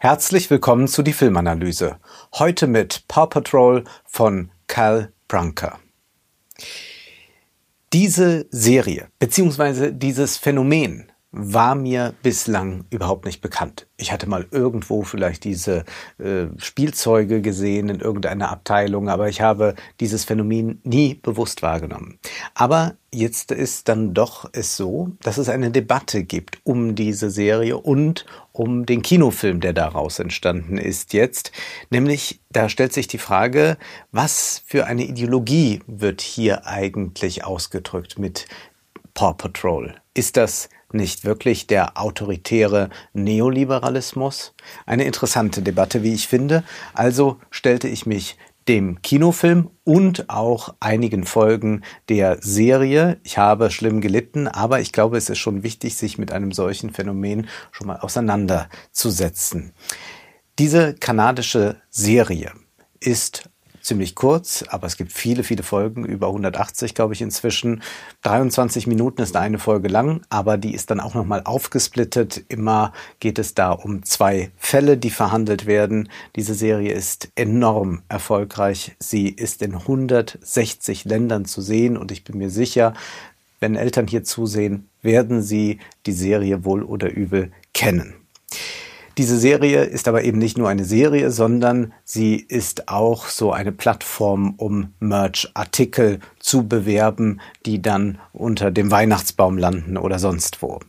Herzlich willkommen zu die Filmanalyse. Heute mit Paw Patrol von Cal Brunker. Diese Serie bzw. dieses Phänomen war mir bislang überhaupt nicht bekannt. Ich hatte mal irgendwo vielleicht diese Spielzeuge gesehen in irgendeiner Abteilung, aber ich habe dieses Phänomen nie bewusst wahrgenommen. Aber jetzt ist dann doch es so, dass es eine Debatte gibt um diese Serie und um den Kinofilm, der daraus entstanden ist jetzt. Nämlich, da stellt sich die Frage, was für eine Ideologie wird hier eigentlich ausgedrückt mit Paw Patrol? Ist das nicht wirklich der autoritäre Neoliberalismus? Eine interessante Debatte, wie ich finde. Also stellte ich mich dem Kinofilm und auch einigen Folgen der Serie. Ich habe schlimm gelitten, aber ich glaube, es ist schon wichtig, sich mit einem solchen Phänomen schon mal auseinanderzusetzen. Diese kanadische Serie ist ziemlich kurz, aber es gibt viele Folgen, über 180, glaube ich, inzwischen. 23 Minuten ist eine Folge lang, aber die ist dann auch nochmal aufgesplittet. Immer geht es da um 2 Fälle, die verhandelt werden. Diese Serie ist enorm erfolgreich. Sie ist in 160 Ländern zu sehen und ich bin mir sicher, wenn Eltern hier zusehen, werden sie die Serie wohl oder übel kennen. Diese Serie ist aber eben nicht nur eine Serie, sondern sie ist auch so eine Plattform, um Merch-Artikel zu bewerben, die dann unter dem Weihnachtsbaum landen oder sonst wo.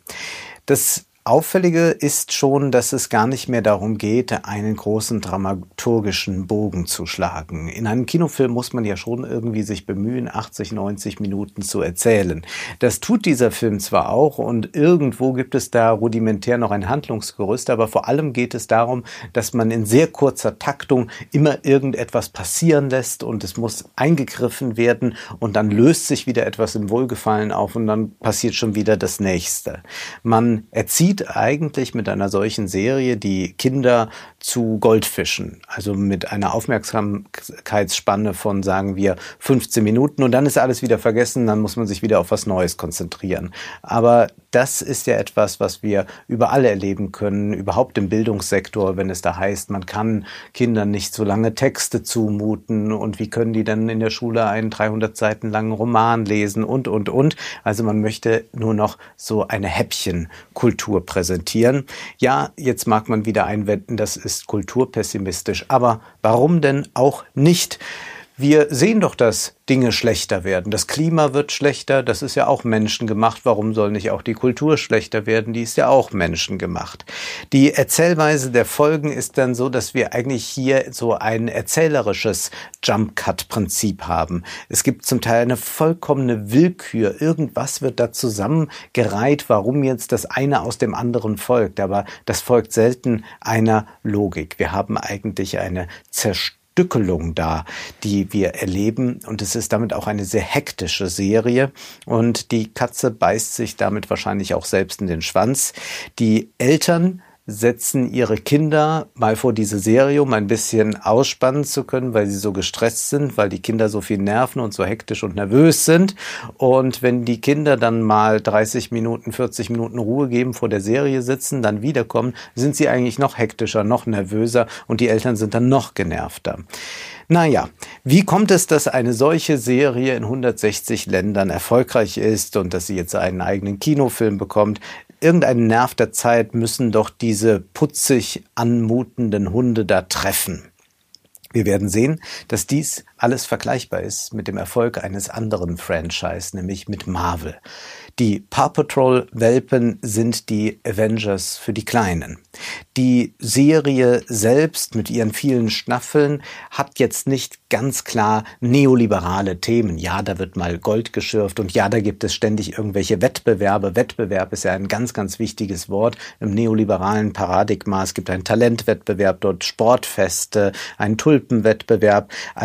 Das Auffällige ist schon, dass es gar nicht mehr darum geht, einen großen dramaturgischen Bogen zu schlagen. In einem Kinofilm muss man ja schon irgendwie sich bemühen, 80, 90 Minuten zu erzählen. Das tut dieser Film zwar auch und irgendwo gibt es da rudimentär noch ein Handlungsgerüst, aber vor allem geht es darum, dass man in sehr kurzer Taktung immer irgendetwas passieren lässt und es muss eingegriffen werden und dann löst sich wieder etwas im Wohlgefallen auf und dann passiert schon wieder das Nächste. Man erzieht eigentlich mit einer solchen Serie die Kinder zu Goldfischen, also mit einer Aufmerksamkeitsspanne von, sagen wir, 15 Minuten und dann ist alles wieder vergessen, dann muss man sich wieder auf was Neues konzentrieren. Aber das ist ja etwas, was wir überall erleben können, überhaupt im Bildungssektor, wenn es da heißt, man kann Kindern nicht so lange Texte zumuten und wie können die dann in der Schule einen 300 Seiten langen Roman lesen und. Also man möchte nur noch so eine Häppchenkultur präsentieren. Ja, jetzt mag man wieder einwenden, das ist kulturpessimistisch, aber warum denn auch nicht? Wir sehen doch, dass Dinge schlechter werden. Das Klima wird schlechter, das ist ja auch menschengemacht. Warum soll nicht auch die Kultur schlechter werden? Die ist ja auch menschengemacht. Die Erzählweise der Folgen ist dann so, dass wir eigentlich hier so ein erzählerisches Jump-Cut-Prinzip haben. Es gibt zum Teil eine vollkommene Willkür. Irgendwas wird da zusammengereiht, warum jetzt das eine aus dem anderen folgt. Aber das folgt selten einer Logik. Wir haben eigentlich eine Zerstückelung da, die wir erleben und es ist damit auch eine sehr hektische Serie und die Katze beißt sich damit wahrscheinlich auch selbst in den Schwanz. Die Eltern setzen ihre Kinder mal vor diese Serie, um ein bisschen ausspannen zu können, weil sie so gestresst sind, weil die Kinder so viel nerven und so hektisch und nervös sind. Und wenn die Kinder dann mal 30 Minuten, 40 Minuten Ruhe geben, vor der Serie sitzen, dann wiederkommen, sind sie eigentlich noch hektischer, noch nervöser und die Eltern sind dann noch genervter. Naja, wie kommt es, dass eine solche Serie in 160 Ländern erfolgreich ist und dass sie jetzt einen eigenen Kinofilm bekommt? Irgendeinen Nerv der Zeit müssen doch diese putzig anmutenden Hunde da treffen. Wir werden sehen, dass dies alles vergleichbar ist mit dem Erfolg eines anderen Franchise, nämlich mit Marvel. Die Paw Patrol-Welpen sind die Avengers für die Kleinen. Die Serie selbst mit ihren vielen Staffeln hat jetzt nicht ganz klar neoliberale Themen. Ja, da wird mal Gold geschürft und ja, da gibt es ständig irgendwelche Wettbewerbe. Wettbewerb ist ja ein ganz, ganz wichtiges Wort im neoliberalen Paradigma. Es gibt einen Talentwettbewerb, dort Sportfeste, einen Tulpenwettbewerb. Also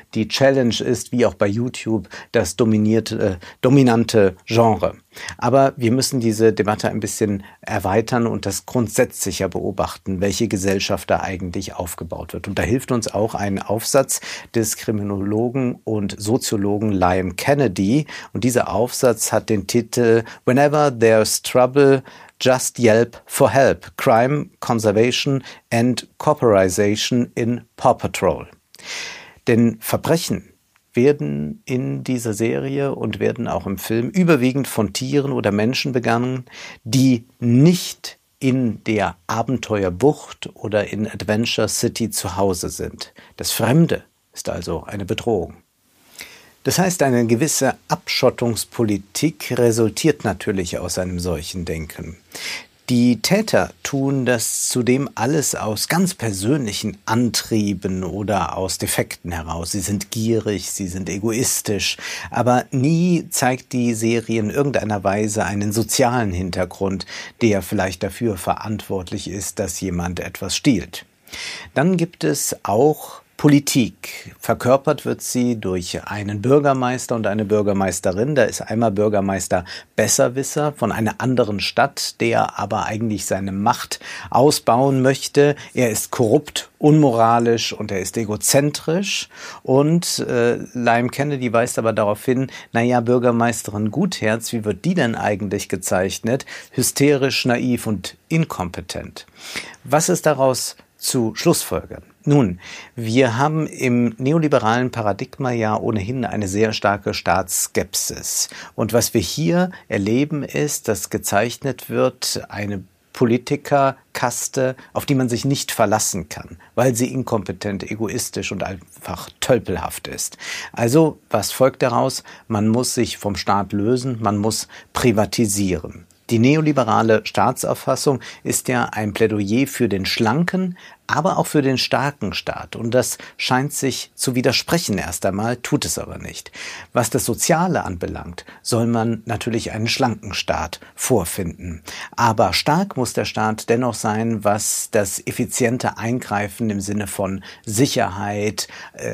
die Challenge ist, wie auch bei YouTube, das dominante Genre. Aber wir müssen diese Debatte ein bisschen erweitern und das grundsätzlicher beobachten, welche Gesellschaft da eigentlich aufgebaut wird. Und da hilft uns auch ein Aufsatz des Kriminologen und Soziologen Liam Kennedy. Und dieser Aufsatz hat den Titel Whenever There's Trouble, Just Yelp for Help, Crime, Conservation and Cooperation in Paw Patrol. Denn Verbrechen werden in dieser Serie und werden auch im Film überwiegend von Tieren oder Menschen begangen, die nicht in der Abenteuerbucht oder in Adventure City zu Hause sind. Das Fremde ist also eine Bedrohung. Das heißt, eine gewisse Abschottungspolitik resultiert natürlich aus einem solchen Denken. Die Täter tun das zudem alles aus ganz persönlichen Antrieben oder aus Defekten heraus. Sie sind gierig, sie sind egoistisch, aber nie zeigt die Serie in irgendeiner Weise einen sozialen Hintergrund, der vielleicht dafür verantwortlich ist, dass jemand etwas stiehlt. Dann gibt es auch Politik. Verkörpert wird sie durch einen Bürgermeister und eine Bürgermeisterin. Da ist einmal Bürgermeister Besserwisser von einer anderen Stadt, der aber eigentlich seine Macht ausbauen möchte. Er ist korrupt, unmoralisch und er ist egozentrisch. Und Liam Kennedy weist aber darauf hin, Bürgermeisterin Gutherz, wie wird die denn eigentlich gezeichnet? Hysterisch, naiv und inkompetent. Was ist daraus zu schlussfolgern? Nun, wir haben im neoliberalen Paradigma ja ohnehin eine sehr starke Staatsskepsis. Und was wir hier erleben ist, dass gezeichnet wird eine Politikerkaste, auf die man sich nicht verlassen kann, weil sie inkompetent, egoistisch und einfach tölpelhaft ist. Also, was folgt daraus? Man muss sich vom Staat lösen, man muss privatisieren. Die neoliberale Staatsauffassung ist ja ein Plädoyer für den schlanken, aber auch für den starken Staat. Und das scheint sich zu widersprechen erst einmal, tut es aber nicht. Was das Soziale anbelangt, soll man natürlich einen schlanken Staat vorfinden. Aber stark muss der Staat dennoch sein, was das effiziente Eingreifen im Sinne von Sicherheit,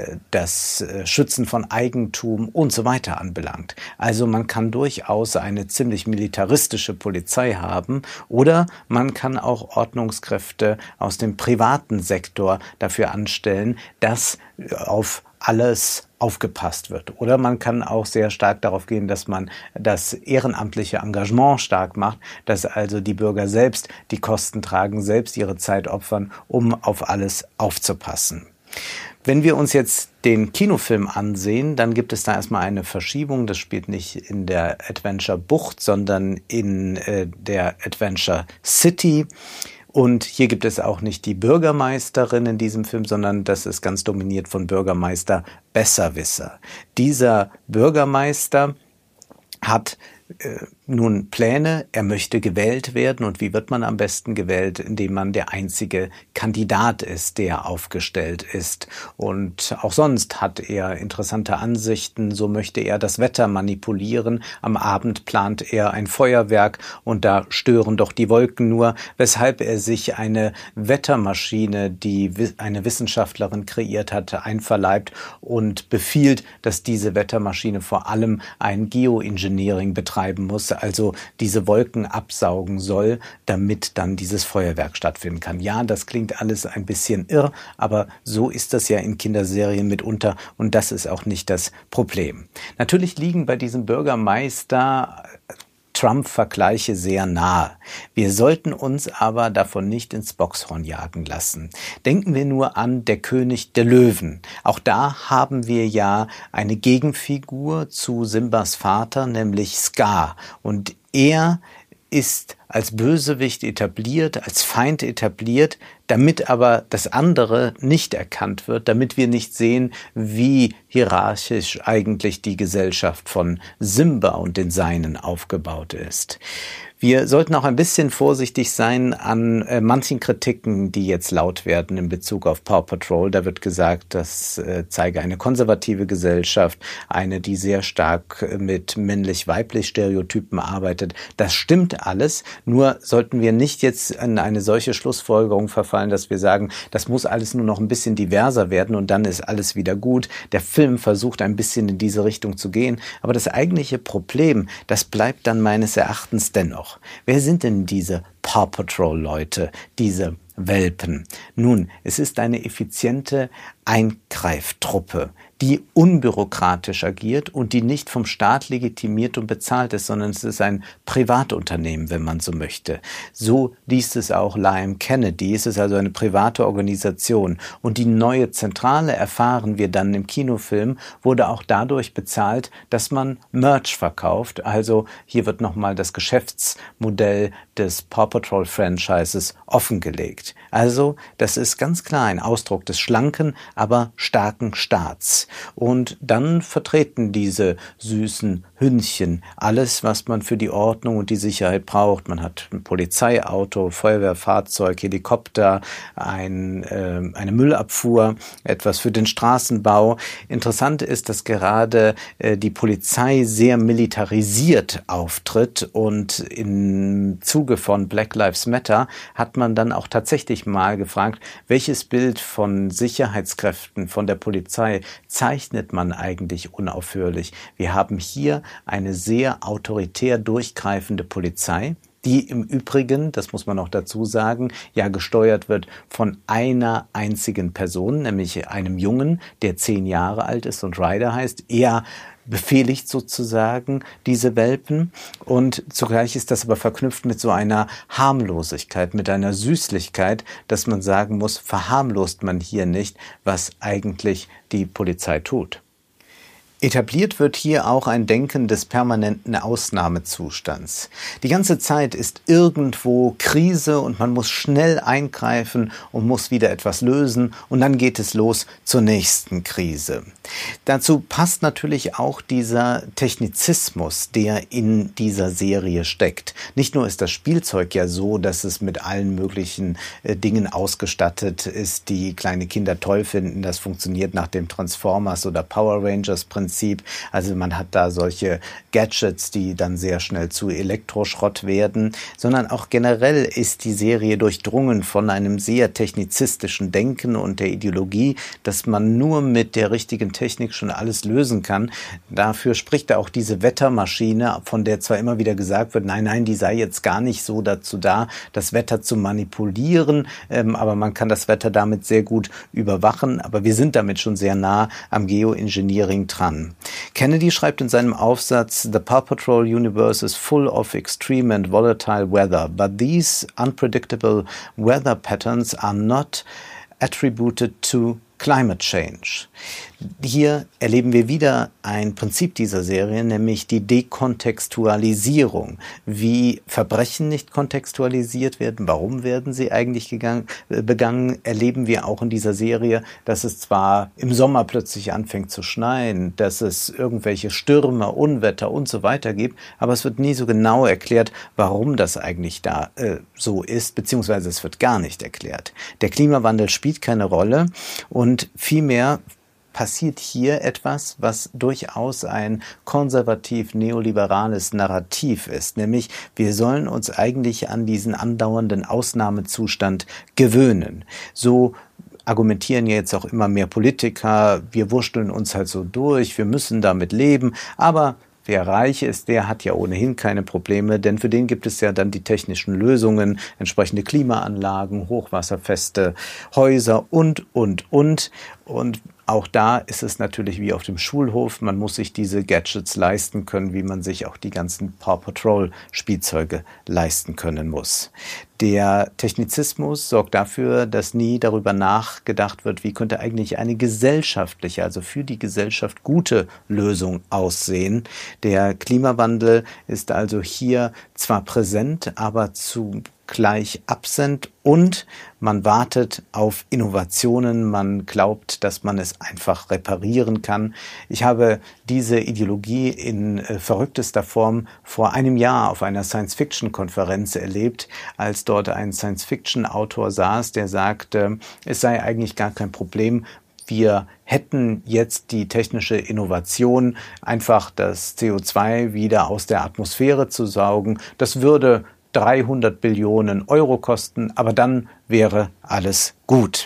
das Schützen von Eigentum und so weiter anbelangt. Also man kann durchaus eine ziemlich militaristische Polizei haben oder man kann auch Ordnungskräfte aus dem privaten Sektor dafür anstellen, dass auf alles aufgepasst wird. Oder man kann auch sehr stark darauf gehen, dass man das ehrenamtliche Engagement stark macht, dass also die Bürger selbst die Kosten tragen, selbst ihre Zeit opfern, um auf alles aufzupassen. Wenn wir uns jetzt den Kinofilm ansehen, dann gibt es da erstmal eine Verschiebung. Das spielt nicht in der Adventure Bucht, sondern in der Adventure City. Und hier gibt es auch nicht die Bürgermeisterin in diesem Film, sondern das ist ganz dominiert von Bürgermeister Besserwisser. Dieser Bürgermeister hat nun Pläne, er möchte gewählt werden. Und wie wird man am besten gewählt? Indem man der einzige Kandidat ist, der aufgestellt ist. Und auch sonst hat er interessante Ansichten. So möchte er das Wetter manipulieren. Am Abend plant er ein Feuerwerk und da stören doch die Wolken nur, weshalb er sich eine Wettermaschine, die eine Wissenschaftlerin kreiert hat, einverleibt und befiehlt, dass diese Wettermaschine vor allem ein Geoengineering betreiben muss, also diese Wolken absaugen soll, damit dann dieses Feuerwerk stattfinden kann. Ja, das klingt alles ein bisschen irr, aber so ist das ja in Kinderserien mitunter und das ist auch nicht das Problem. Natürlich liegen bei diesem Bürgermeister Trump-Vergleiche sehr nahe. Wir sollten uns aber davon nicht ins Boxhorn jagen lassen. Denken wir nur an Der König der Löwen. Auch da haben wir ja eine Gegenfigur zu Simbas Vater, nämlich Scar. Und er ist als Bösewicht etabliert, als Feind etabliert, damit aber das andere nicht erkannt wird, damit wir nicht sehen, wie hierarchisch eigentlich die Gesellschaft von Simba und den Seinen aufgebaut ist. Wir sollten auch ein bisschen vorsichtig sein an manchen Kritiken, die jetzt laut werden in Bezug auf Paw Patrol. Da wird gesagt, das zeige eine konservative Gesellschaft, eine, die sehr stark mit männlich-weiblich Stereotypen arbeitet. Das stimmt alles, nur sollten wir nicht jetzt in eine solche Schlussfolgerung verfallen, aufgefallen, dass wir sagen, das muss alles nur noch ein bisschen diverser werden und dann ist alles wieder gut. Der Film versucht ein bisschen in diese Richtung zu gehen, aber das eigentliche Problem, das bleibt dann meines Erachtens dennoch. Wer sind denn diese Paw Patrol-Leute, diese Welpen? Nun, es ist eine effiziente Eingreiftruppe, die unbürokratisch agiert und die nicht vom Staat legitimiert und bezahlt ist, sondern es ist ein Privatunternehmen, wenn man so möchte. So liest es auch Liam Kennedy. Es ist also eine private Organisation. Und die neue Zentrale, erfahren wir dann im Kinofilm, wurde auch dadurch bezahlt, dass man Merch verkauft. Also hier wird nochmal das Geschäftsmodell des Paw Patrol Franchises offengelegt. Also das ist ganz klar ein Ausdruck des schlanken, aber starken Staats. Und dann vertreten diese süßen Hündchen alles, was man für die Ordnung und die Sicherheit braucht. Man hat ein Polizeiauto, Feuerwehrfahrzeug, Helikopter, eine Müllabfuhr, etwas für den Straßenbau. Interessant ist, dass gerade die Polizei sehr militarisiert auftritt und im Zuge von Black Lives Matter hat man dann auch tatsächlich mal gefragt, welches Bild von Sicherheitskräften, von der Polizei zeichnet man eigentlich unaufhörlich. Wir haben hier eine sehr autoritär durchgreifende Polizei, die im Übrigen, das muss man noch dazu sagen, ja gesteuert wird von einer einzigen Person, nämlich einem Jungen, der 10 Jahre alt ist und Ryder heißt. Er befehligt sozusagen diese Welpen und zugleich ist das aber verknüpft mit so einer Harmlosigkeit, mit einer Süßlichkeit, dass man sagen muss, verharmlost man hier nicht, was eigentlich die Polizei tut. Etabliert wird hier auch ein Denken des permanenten Ausnahmezustands. Die ganze Zeit ist irgendwo Krise und man muss schnell eingreifen und muss wieder etwas lösen und dann geht es los zur nächsten Krise. Dazu passt natürlich auch dieser Technizismus, der in dieser Serie steckt. Nicht nur ist das Spielzeug ja so, dass es mit allen möglichen Dingen ausgestattet ist, die kleine Kinder toll finden. Das funktioniert nach dem Transformers- oder Power Rangers-Prinzip. Also man hat da solche Gadgets, die dann sehr schnell zu Elektroschrott werden, sondern auch generell ist die Serie durchdrungen von einem sehr technizistischen Denken und der Ideologie, dass man nur mit der richtigen Technik schon alles lösen kann. Dafür spricht da auch diese Wettermaschine, von der zwar immer wieder gesagt wird, nein, die sei jetzt gar nicht so dazu da, das Wetter zu manipulieren, aber man kann das Wetter damit sehr gut überwachen, aber wir sind damit schon sehr nah am Geoengineering dran. Kennedy schreibt in seinem Aufsatz, "The Paw Patrol universe is full of extreme and volatile weather, but these unpredictable weather patterns are not attributed to climate change." Hier erleben wir wieder ein Prinzip dieser Serie, nämlich die Dekontextualisierung. Wie Verbrechen nicht kontextualisiert werden, warum werden sie eigentlich begangen, erleben wir auch in dieser Serie, dass es zwar im Sommer plötzlich anfängt zu schneien, dass es irgendwelche Stürme, Unwetter und so weiter gibt, aber es wird nie so genau erklärt, warum das eigentlich da so ist, beziehungsweise es wird gar nicht erklärt. Der Klimawandel spielt keine Rolle und vielmehr passiert hier etwas, was durchaus ein konservativ-neoliberales Narrativ ist, nämlich wir sollen uns eigentlich an diesen andauernden Ausnahmezustand gewöhnen. So argumentieren ja jetzt auch immer mehr Politiker, wir wursteln uns halt so durch, wir müssen damit leben, aber wer reich ist, der hat ja ohnehin keine Probleme, denn für den gibt es ja dann die technischen Lösungen, entsprechende Klimaanlagen, hochwasserfeste Häuser und. Und auch da ist es natürlich wie auf dem Schulhof, man muss sich diese Gadgets leisten können, wie man sich auch die ganzen Paw Patrol Spielzeuge leisten können muss. Der Technizismus sorgt dafür, dass nie darüber nachgedacht wird, wie könnte eigentlich eine gesellschaftliche, also für die Gesellschaft gute Lösung aussehen. Der Klimawandel ist also hier zwar präsent, aber zugleich absent und man wartet auf Innovationen, man glaubt, dass man es einfach reparieren kann. Ich habe diese Ideologie in verrücktester Form vor einem Jahr auf einer Science-Fiction-Konferenz erlebt, als dort ein Science-Fiction-Autor saß, der sagte, es sei eigentlich gar kein Problem, wir hätten jetzt die technische Innovation, einfach das CO2 wieder aus der Atmosphäre zu saugen. Das würde 300 Billionen Euro kosten, aber dann wäre alles gut.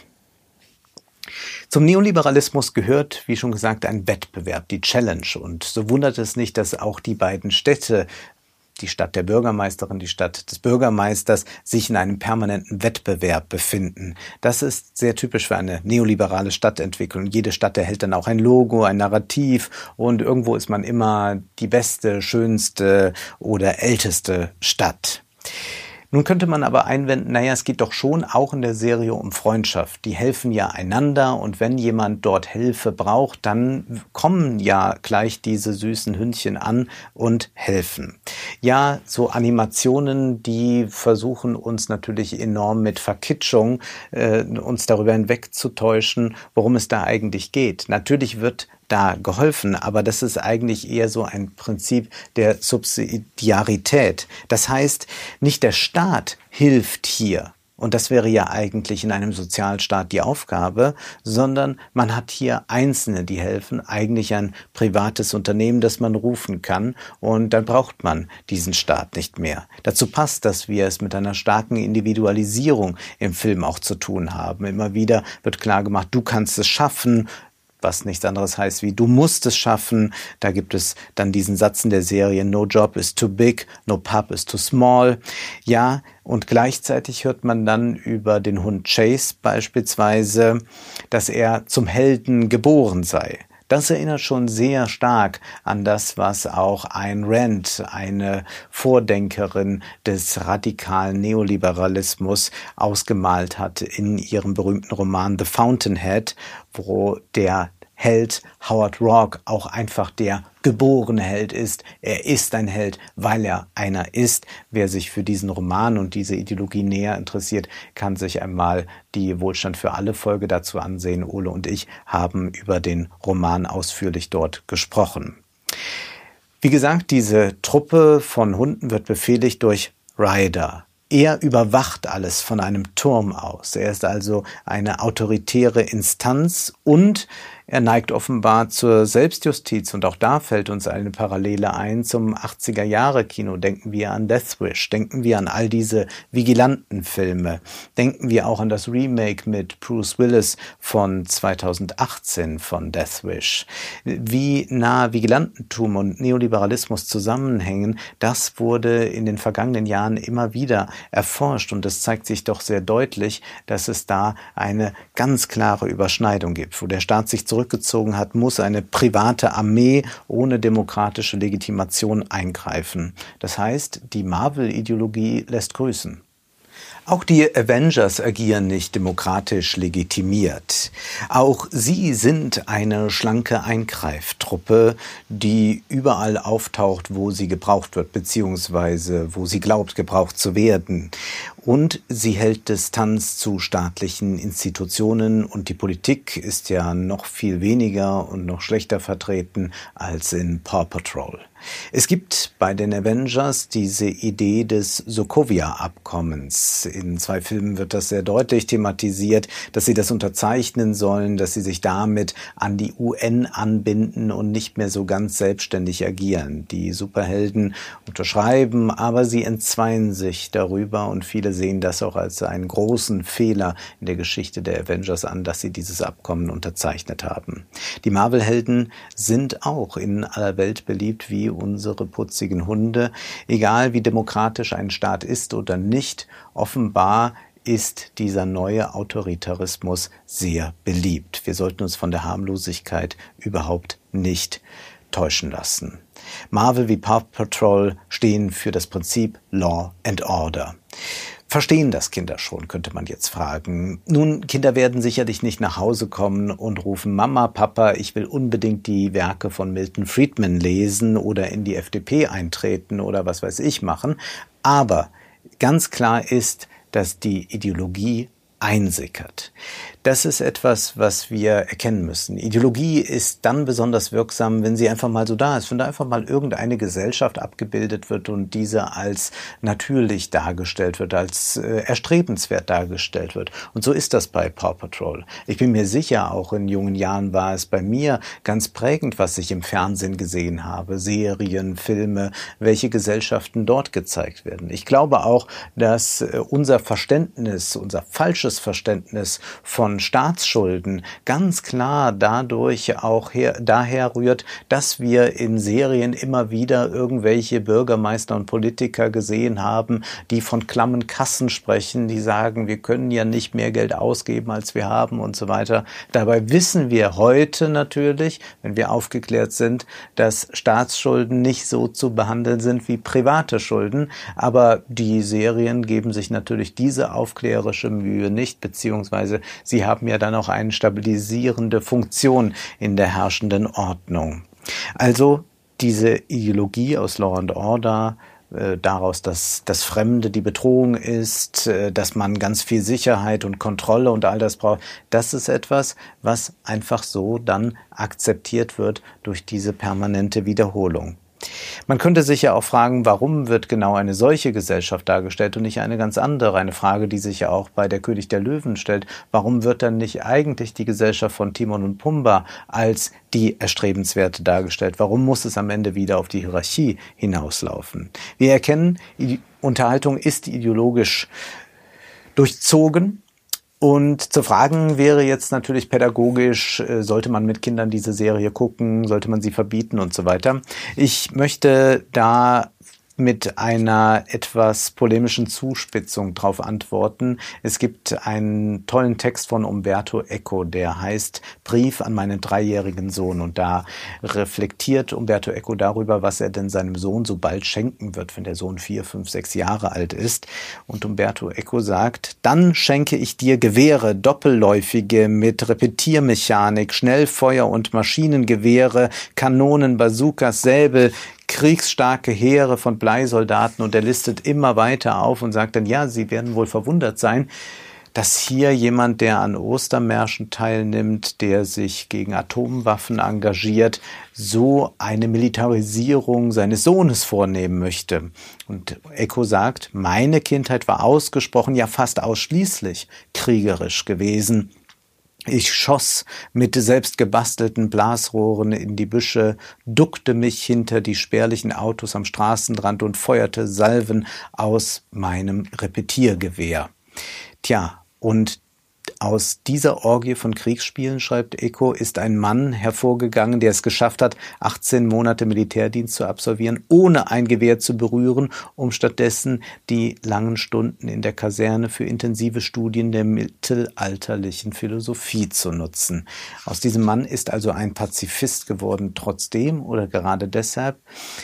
Zum Neoliberalismus gehört, wie schon gesagt, ein Wettbewerb, die Challenge. Und so wundert es nicht, dass auch die beiden Städte, die Stadt der Bürgermeisterin, die Stadt des Bürgermeisters, sich in einem permanenten Wettbewerb befinden. Das ist sehr typisch für eine neoliberale Stadtentwicklung. Jede Stadt erhält dann auch ein Logo, ein Narrativ und irgendwo ist man immer die beste, schönste oder älteste Stadt. Nun könnte man aber einwenden, naja, es geht doch schon auch in der Serie um Freundschaft. Die helfen ja einander und wenn jemand dort Hilfe braucht, dann kommen ja gleich diese süßen Hündchen an und helfen. Ja, so Animationen, die versuchen uns natürlich enorm mit Verkitschung uns darüber hinwegzutäuschen, worum es da eigentlich geht. Natürlich wird da geholfen, aber das ist eigentlich eher so ein Prinzip der Subsidiarität. Das heißt, nicht der Staat hilft hier, und das wäre ja eigentlich in einem Sozialstaat die Aufgabe, sondern man hat hier Einzelne, die helfen, eigentlich ein privates Unternehmen, das man rufen kann, und dann braucht man diesen Staat nicht mehr. Dazu passt, dass wir es mit einer starken Individualisierung im Film auch zu tun haben. Immer wieder wird klar gemacht, du kannst es schaffen, was nichts anderes heißt wie, du musst es schaffen. Da gibt es dann diesen Satz in der Serie, no job is too big, no pub is too small. Ja, und gleichzeitig hört man dann über den Hund Chase beispielsweise, dass er zum Helden geboren sei. Das erinnert schon sehr stark an das, was auch Ayn Rand, eine Vordenkerin des radikalen Neoliberalismus, ausgemalt hat in ihrem berühmten Roman The Fountainhead, wo der Held Howard Roark auch einfach der geborene Held ist. Er ist ein Held, weil er einer ist. Wer sich für diesen Roman und diese Ideologie näher interessiert, kann sich einmal die Wohlstand für alle Folge dazu ansehen. Ole und ich haben über den Roman ausführlich dort gesprochen. Wie gesagt, diese Truppe von Hunden wird befehligt durch Ryder. Er überwacht alles von einem Turm aus. Er ist also eine autoritäre Instanz und er neigt offenbar zur Selbstjustiz und auch da fällt uns eine Parallele ein zum 80er-Jahre-Kino. Denken wir an Death Wish, denken wir an all diese Vigilantenfilme, denken wir auch an das Remake mit Bruce Willis von 2018 von Death Wish. Wie nah Vigilantentum und Neoliberalismus zusammenhängen, das wurde in den vergangenen Jahren immer wieder erforscht und es zeigt sich doch sehr deutlich, dass es da eine ganz klare Überschneidung gibt, wo der Staat sich zurückgezogen hat, muss eine private Armee ohne demokratische Legitimation eingreifen. Das heißt, die Marvel-Ideologie lässt grüßen. Auch die Avengers agieren nicht demokratisch legitimiert. Auch sie sind eine schlanke Eingreiftruppe, die überall auftaucht, wo sie gebraucht wird, beziehungsweise wo sie glaubt, gebraucht zu werden. Und sie hält Distanz zu staatlichen Institutionen und die Politik ist ja noch viel weniger und noch schlechter vertreten als in Paw Patrol. Es gibt bei den Avengers diese Idee des Sokovia-Abkommens. In 2 Filmen wird das sehr deutlich thematisiert, dass sie das unterzeichnen sollen, dass sie sich damit an die UN anbinden und nicht mehr so ganz selbstständig agieren. Die Superhelden unterschreiben, aber sie entzweien sich darüber und viele sehen das auch als einen großen Fehler in der Geschichte der Avengers an, dass sie dieses Abkommen unterzeichnet haben. Die Marvel-Helden sind auch in aller Welt beliebt wie unsere putzigen Hunde. Egal wie demokratisch ein Staat ist oder nicht, offenbar ist dieser neue Autoritarismus sehr beliebt. Wir sollten uns von der Harmlosigkeit überhaupt nicht täuschen lassen. Marvel wie Paw Patrol stehen für das Prinzip Law and Order. Verstehen das Kinder schon, könnte man jetzt fragen. Nun, Kinder werden sicherlich nicht nach Hause kommen und rufen, Mama, Papa, ich will unbedingt die Werke von Milton Friedman lesen oder in die FDP eintreten oder was weiß ich machen. Aber ganz klar ist, dass die Ideologie einsickert. Das ist etwas, was wir erkennen müssen. Ideologie ist dann besonders wirksam, wenn sie einfach mal so da ist, wenn da einfach mal irgendeine Gesellschaft abgebildet wird und diese als natürlich dargestellt wird, als erstrebenswert dargestellt wird. Und so ist das bei Paw Patrol. Ich bin mir sicher, auch in jungen Jahren war es bei mir ganz prägend, was ich im Fernsehen gesehen habe, Serien, Filme, welche Gesellschaften dort gezeigt werden. Ich glaube auch, dass unser Verständnis, unser falsches Verständnis von Staatsschulden ganz klar dadurch auch daher rührt, dass wir in Serien immer wieder irgendwelche Bürgermeister und Politiker gesehen haben, die von klammen Kassen sprechen, die sagen, wir können ja nicht mehr Geld ausgeben, als wir haben und so weiter. Dabei wissen wir heute natürlich, wenn wir aufgeklärt sind, dass Staatsschulden nicht so zu behandeln sind wie private Schulden, aber die Serien geben sich natürlich diese aufklärerische Mühe nicht, beziehungsweise sie haben ja dann auch eine stabilisierende Funktion in der herrschenden Ordnung. Also diese Ideologie aus Law and Order, daraus, dass das Fremde die Bedrohung ist, dass man ganz viel Sicherheit und Kontrolle und all das braucht, das ist etwas, was einfach so dann akzeptiert wird durch diese permanente Wiederholung. Man könnte sich ja auch fragen, warum wird genau eine solche Gesellschaft dargestellt und nicht eine ganz andere? Eine Frage, die sich ja auch bei der König der Löwen stellt. Warum wird dann nicht eigentlich die Gesellschaft von Timon und Pumba als die erstrebenswerte dargestellt? Warum muss es am Ende wieder auf die Hierarchie hinauslaufen? Wir erkennen, die Unterhaltung ist ideologisch durchzogen. Und zu fragen wäre jetzt natürlich pädagogisch, sollte man mit Kindern diese Serie gucken, sollte man sie verbieten und so weiter. Ich möchte da mit einer etwas polemischen Zuspitzung drauf antworten. Es gibt einen tollen Text von Umberto Eco, der heißt Brief an meinen 3-jährigen Sohn. Und da reflektiert Umberto Eco darüber, was er denn seinem Sohn so bald schenken wird, wenn der Sohn 4, 5, 6 Jahre alt ist. Und Umberto Eco sagt, dann schenke ich dir Gewehre, doppelläufige mit Repetiermechanik, Schnellfeuer- und Maschinengewehre, Kanonen, Bazookas, Säbel, kriegsstarke Heere von Bleisoldaten, und er listet immer weiter auf und sagt dann, ja, Sie werden wohl verwundert sein, dass hier jemand, der an Ostermärschen teilnimmt, der sich gegen Atomwaffen engagiert, so eine Militarisierung seines Sohnes vornehmen möchte. Und Eco sagt, meine Kindheit war ausgesprochen, ja fast ausschließlich kriegerisch gewesen. Ich schoss mit selbst gebastelten Blasrohren in die Büsche, duckte mich hinter die spärlichen Autos am Straßenrand und feuerte Salven aus meinem Repetiergewehr. Tja, und aus dieser Orgie von Kriegsspielen, schreibt Eco, ist ein Mann hervorgegangen, der es geschafft hat, 18 Monate Militärdienst zu absolvieren, ohne ein Gewehr zu berühren, um stattdessen die langen Stunden in der Kaserne für intensive Studien der mittelalterlichen Philosophie zu nutzen. Aus diesem Mann ist also ein Pazifist geworden, trotzdem oder gerade deshalb.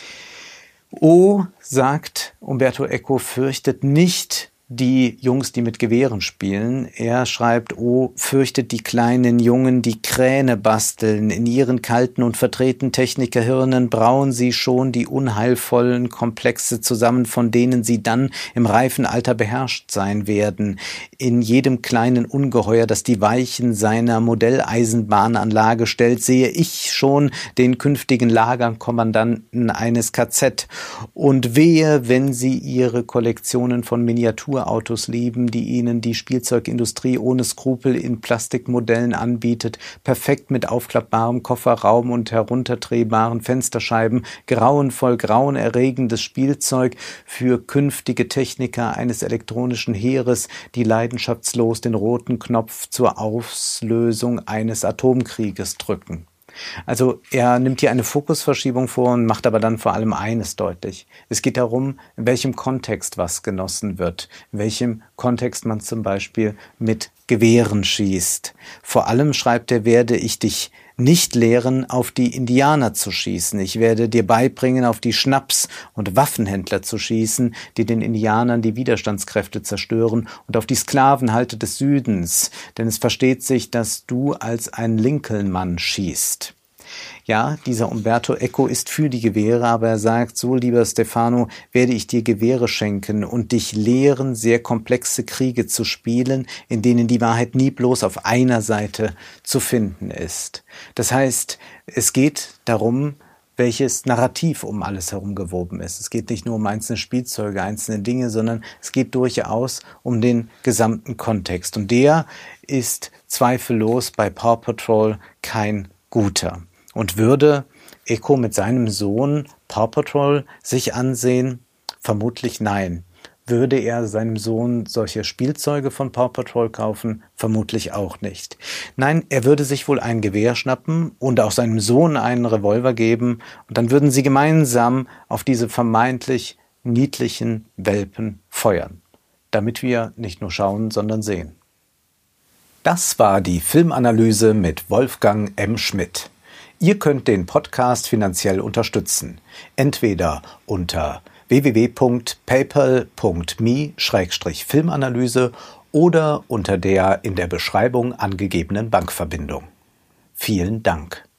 Oh, sagt Umberto Eco, fürchtet nicht die Jungs, die mit Gewehren spielen. Er schreibt, oh, fürchtet die kleinen Jungen, die Kräne basteln. In ihren kalten und verdrehten Technikerhirnen brauen sie schon die unheilvollen Komplexe zusammen, von denen sie dann im reifen Alter beherrscht sein werden. In jedem kleinen Ungeheuer, das die Weichen seiner Modelleisenbahnanlage stellt, sehe ich schon den künftigen Lagerkommandanten eines KZ. Und wehe, wenn sie ihre Kollektionen von Miniaturautos lieben, die ihnen die Spielzeugindustrie ohne Skrupel in Plastikmodellen anbietet, perfekt mit aufklappbarem Kofferraum und heruntertretbaren Fensterscheiben, grauenvoll grauenerregendes Spielzeug für künftige Techniker eines elektronischen Heeres, die leidenschaftslos den roten Knopf zur Auslösung eines Atomkrieges drücken. Also er nimmt hier eine Fokusverschiebung vor und macht aber dann vor allem eines deutlich. Es geht darum, in welchem Kontext was genossen wird, in welchem Kontext man zum Beispiel mit Gewehren schießt. Vor allem, schreibt er, werde ich dich nicht lehren, auf die Indianer zu schießen. Ich werde dir beibringen, auf die Schnaps- und Waffenhändler zu schießen, die den Indianern die Widerstandskräfte zerstören, und auf die Sklavenhalter des Südens, denn es versteht sich, dass du als ein Lincoln-Mann schießt. Ja, dieser Umberto Eco ist für die Gewehre, aber er sagt, so lieber Stefano, werde ich dir Gewehre schenken und dich lehren, sehr komplexe Kriege zu spielen, in denen die Wahrheit nie bloß auf einer Seite zu finden ist. Das heißt, es geht darum, welches Narrativ um alles herum gewoben ist. Es geht nicht nur um einzelne Spielzeuge, einzelne Dinge, sondern es geht durchaus um den gesamten Kontext. Und der ist zweifellos bei Paw Patrol kein guter. Und würde Eco mit seinem Sohn Paw Patrol sich ansehen? Vermutlich nein. Würde er seinem Sohn solche Spielzeuge von Paw Patrol kaufen? Vermutlich auch nicht. Nein, er würde sich wohl ein Gewehr schnappen und auch seinem Sohn einen Revolver geben und dann würden sie gemeinsam auf diese vermeintlich niedlichen Welpen feuern, damit wir nicht nur schauen, sondern sehen. Das war die Filmanalyse mit Wolfgang M. Schmidt. Ihr könnt den Podcast finanziell unterstützen, entweder unter www.paypal.me/Filmanalyse oder unter der in der Beschreibung angegebenen Bankverbindung. Vielen Dank.